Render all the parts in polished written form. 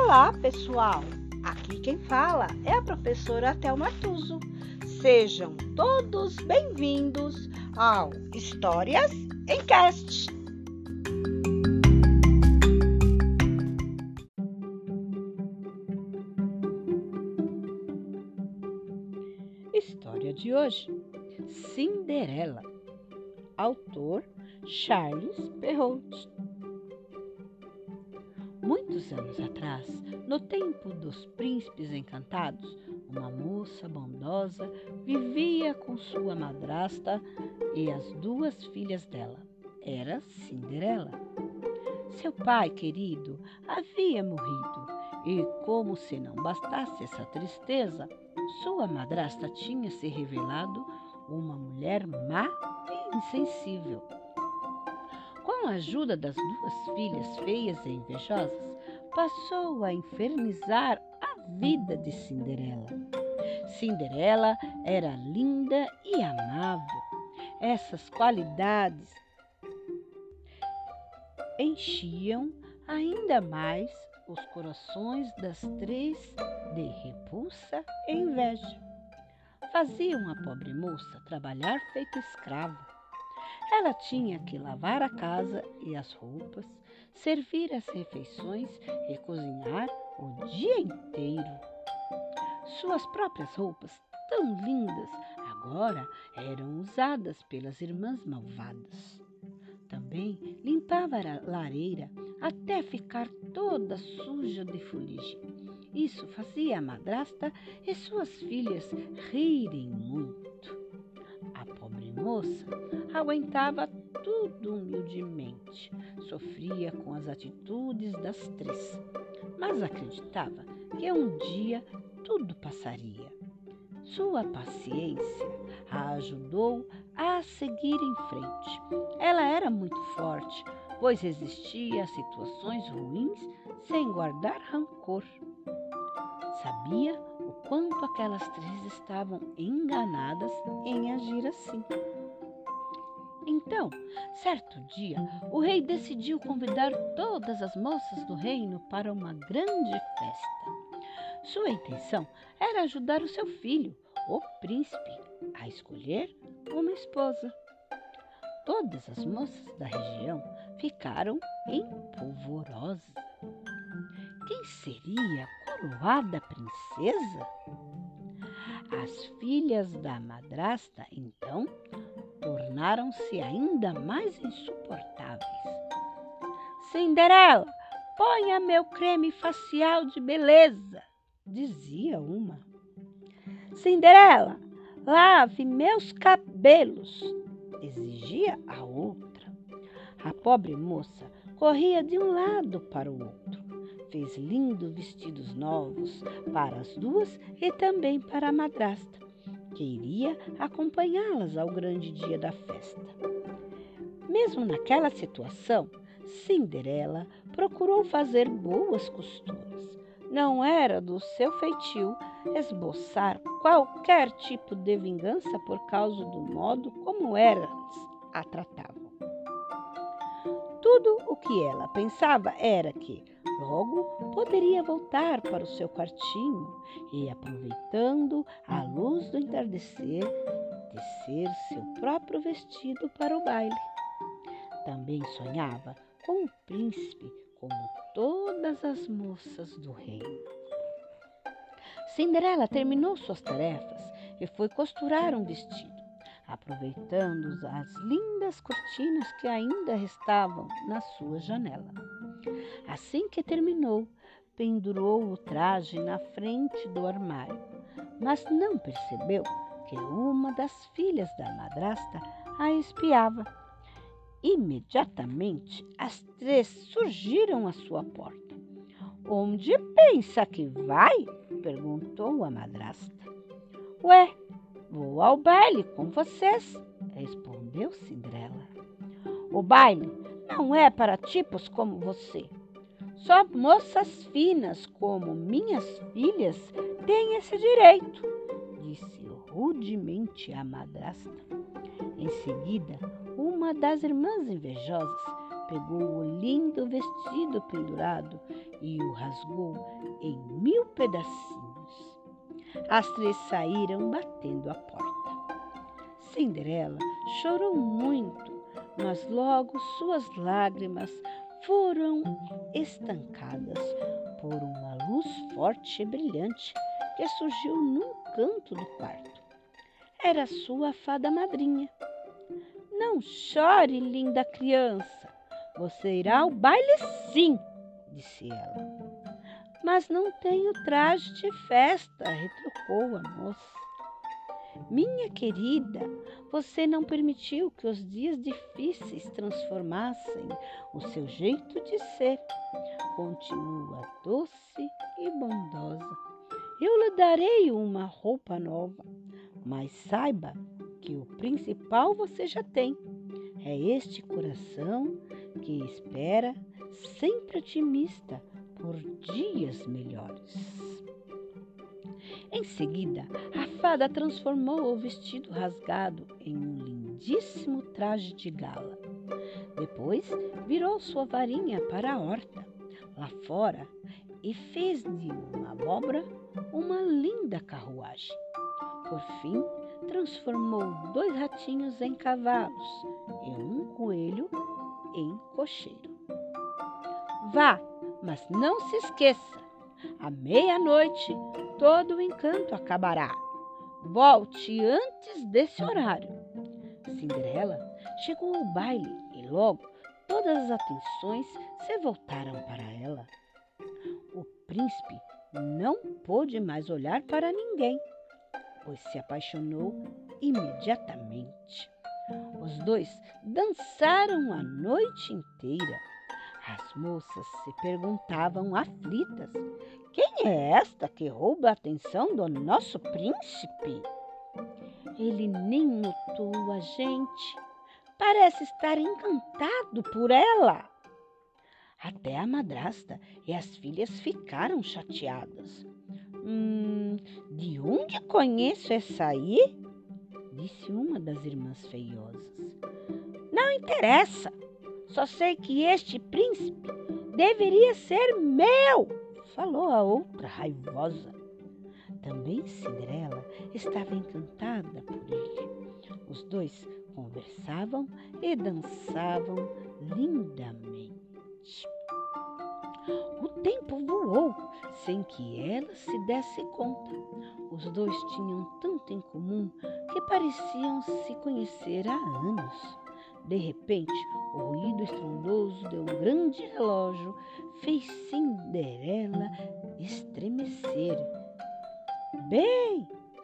Olá, pessoal! Aqui quem fala é a professora Thelma Tuso. Sejam todos bem-vindos ao Histórias em Cast. História de hoje: Cinderela. Autor Charles Perrault. Muitos anos atrás, no tempo dos príncipes encantados, uma moça bondosa vivia com sua madrasta e as duas filhas dela. Era Cinderela. Seu pai querido havia morrido e, como se não bastasse essa tristeza, sua madrasta tinha se revelado uma mulher má e insensível. Com a ajuda das duas filhas feias e invejosas, passou a infernizar a vida de Cinderela. Cinderela era linda e amável. Essas qualidades enchiam ainda mais os corações das três de repulsa e inveja. Faziam a pobre moça trabalhar feito escrava. Ela tinha que lavar a casa e as roupas, servir as refeições e cozinhar o dia inteiro. Suas próprias roupas, tão lindas, agora eram usadas pelas irmãs malvadas. Também limpava a lareira até ficar toda suja de fuligem. Isso fazia a madrasta e suas filhas rirem muito. A pobre moça aguentava tudo humildemente, sofria com as atitudes das três, mas acreditava que um dia tudo passaria. Sua paciência a ajudou a seguir em frente. Ela era muito forte, pois resistia a situações ruins sem guardar rancor. Sabia o quanto aquelas três estavam enganadas em agir assim. Então, certo dia, o rei decidiu convidar todas as moças do reino para uma grande festa. Sua intenção era ajudar o seu filho, o príncipe, a escolher uma esposa. Todas as moças da região ficaram em polvorosa. Quem seria a coroada princesa? As filhas da madrasta, então, tornaram-se ainda mais insuportáveis. Cinderela, ponha meu creme facial de beleza, dizia uma. Cinderela, lave meus cabelos, exigia a outra. A pobre moça corria de um lado para o outro. Fez lindos vestidos novos para as duas e também para a madrasta, que iria acompanhá-las ao grande dia da festa. Mesmo naquela situação, Cinderela procurou fazer boas costuras. Não era do seu feitio esboçar qualquer tipo de vingança por causa do modo como elas a tratavam. Tudo o que ela pensava era que logo poderia voltar para o seu quartinho e, aproveitando a luz do entardecer, tecer seu próprio vestido para o baile. Também sonhava com o príncipe, como todas as moças do reino. Cinderela terminou suas tarefas e foi costurar um vestido, aproveitando as lindas cortinas que ainda restavam na sua janela. Assim que terminou, pendurou o traje na frente do armário, mas não percebeu que uma das filhas da madrasta a espiava. Imediatamente, as três surgiram à sua porta. Onde pensa que vai? Perguntou a madrasta. Ué, vou ao baile com vocês, respondeu Cinderela. O baile não é para tipos como você. Só moças finas como minhas filhas têm esse direito, disse rudemente a madrasta. Em seguida, uma das irmãs invejosas pegou o lindo vestido pendurado e o rasgou em 1000 pedacinhos. As 3 saíram batendo a porta. Cinderela chorou muito, mas logo suas lágrimas foram estancadas por uma luz forte e brilhante que surgiu num canto do quarto. Era sua fada madrinha. "Não chore, linda criança. Você irá ao baile sim", disse ela. "Mas não tenho traje de festa", retrucou a moça. "Minha querida, você não permitiu que os dias difíceis transformassem o seu jeito de ser. Continua doce e bondosa. Eu lhe darei uma roupa nova, mas saiba que o principal você já tem. É este coração que espera, sempre otimista, por dias melhores." Em seguida, a fada transformou o vestido rasgado em um lindíssimo traje de gala. Depois, virou sua varinha para a horta, lá fora, e fez de uma abóbora uma linda carruagem. Por fim, transformou 2 ratinhos em cavalos e um coelho em cocheiro. "Vá, mas não se esqueça, à meia-noite todo o encanto acabará. Volte antes desse horário." Cinderela chegou ao baile e logo todas as atenções se voltaram para ela. O príncipe não pôde mais olhar para ninguém, pois se apaixonou imediatamente. Os 2 dançaram a noite inteira. As moças se perguntavam aflitas: "Quem é esta que rouba a atenção do nosso príncipe? Ele nem notou a gente. Parece estar encantado por ela." Até a madrasta e as filhas ficaram chateadas. De onde conheço essa aí?" disse uma das irmãs feiosas. "Não interessa. Só sei que este príncipe deveria ser meu", falou a outra raivosa. Também Cinderela estava encantada por ele. Os 2 conversavam e dançavam lindamente. O tempo voou sem que ela se desse conta. Os 2 tinham tanto em comum que pareciam se conhecer há anos. De repente, o ruído estrondoso de um grande relógio fez Cinderela estremecer. Bem!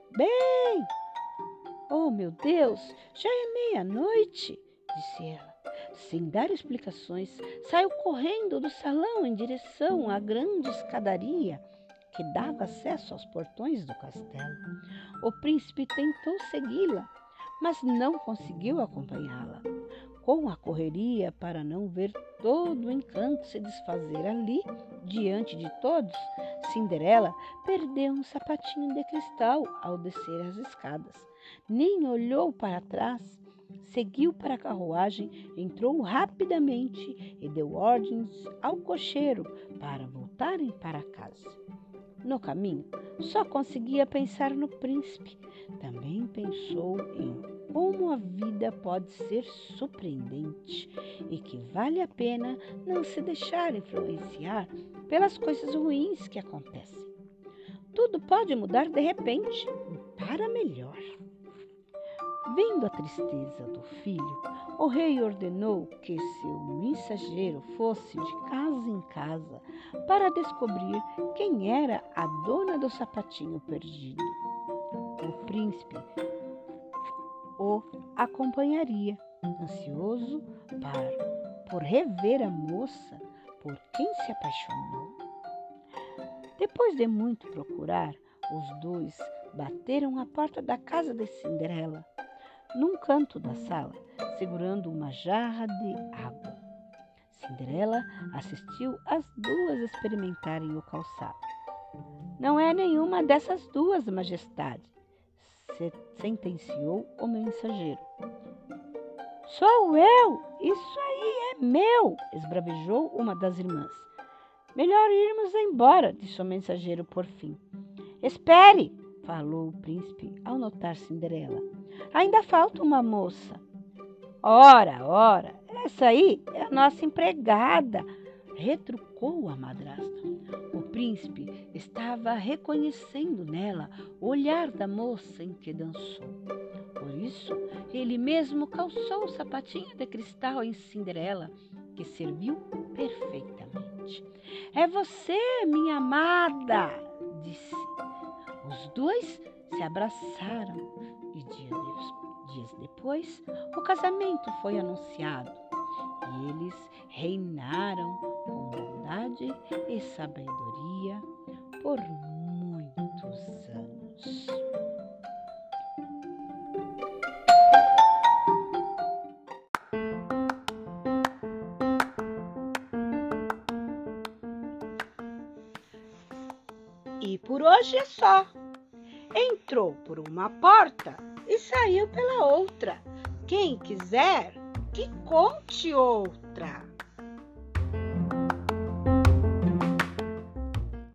Oh, meu Deus, já é meia-noite", disse ela. Sem dar explicações, saiu correndo do salão em direção à grande escadaria que dava acesso aos portões do castelo. O príncipe tentou segui-la, mas não conseguiu acompanhá-la. Com a correria para não ver todo o encanto se desfazer ali, diante de todos, Cinderela perdeu um sapatinho de cristal ao descer as escadas. Nem olhou para trás. Seguiu para a carruagem, entrou rapidamente e deu ordens ao cocheiro para voltarem para casa. No caminho, só conseguia pensar no príncipe. Também pensou em como a vida pode ser surpreendente e que vale a pena não se deixar influenciar pelas coisas ruins que acontecem. Tudo pode mudar de repente para melhor. Vendo a tristeza do filho, o rei ordenou que seu mensageiro fosse de casa em casa para descobrir quem era a dona do sapatinho perdido. O príncipe o acompanharia, ansioso por rever a moça por quem se apaixonou. Depois de muito procurar, os 2 bateram à porta da casa de Cinderela, num canto da sala, segurando uma jarra de água. Cinderela assistiu as 2 experimentarem o calçado. "Não é nenhuma dessas 2, majestade", sentenciou o mensageiro. "Sou eu! Isso aí é meu, esbravejou uma das irmãs. Melhor irmos embora, disse o mensageiro por fim. Espere, falou o príncipe ao notar Cinderela. Ainda falta uma moça. Ora, essa aí é a nossa empregada, retrucou a madrasta. O príncipe estava reconhecendo nela o olhar da moça em que dançou. Por isso, ele mesmo calçou o sapatinho de cristal em Cinderela, que serviu perfeitamente. É você, minha amada, disse. Os dois se abraçaram e dias depois o casamento foi anunciado e eles reinaram com bondade e sabedoria por muitos anos. E por hoje é só. Entrou por uma porta e saiu pela outra. Quem quiser, que conte outra.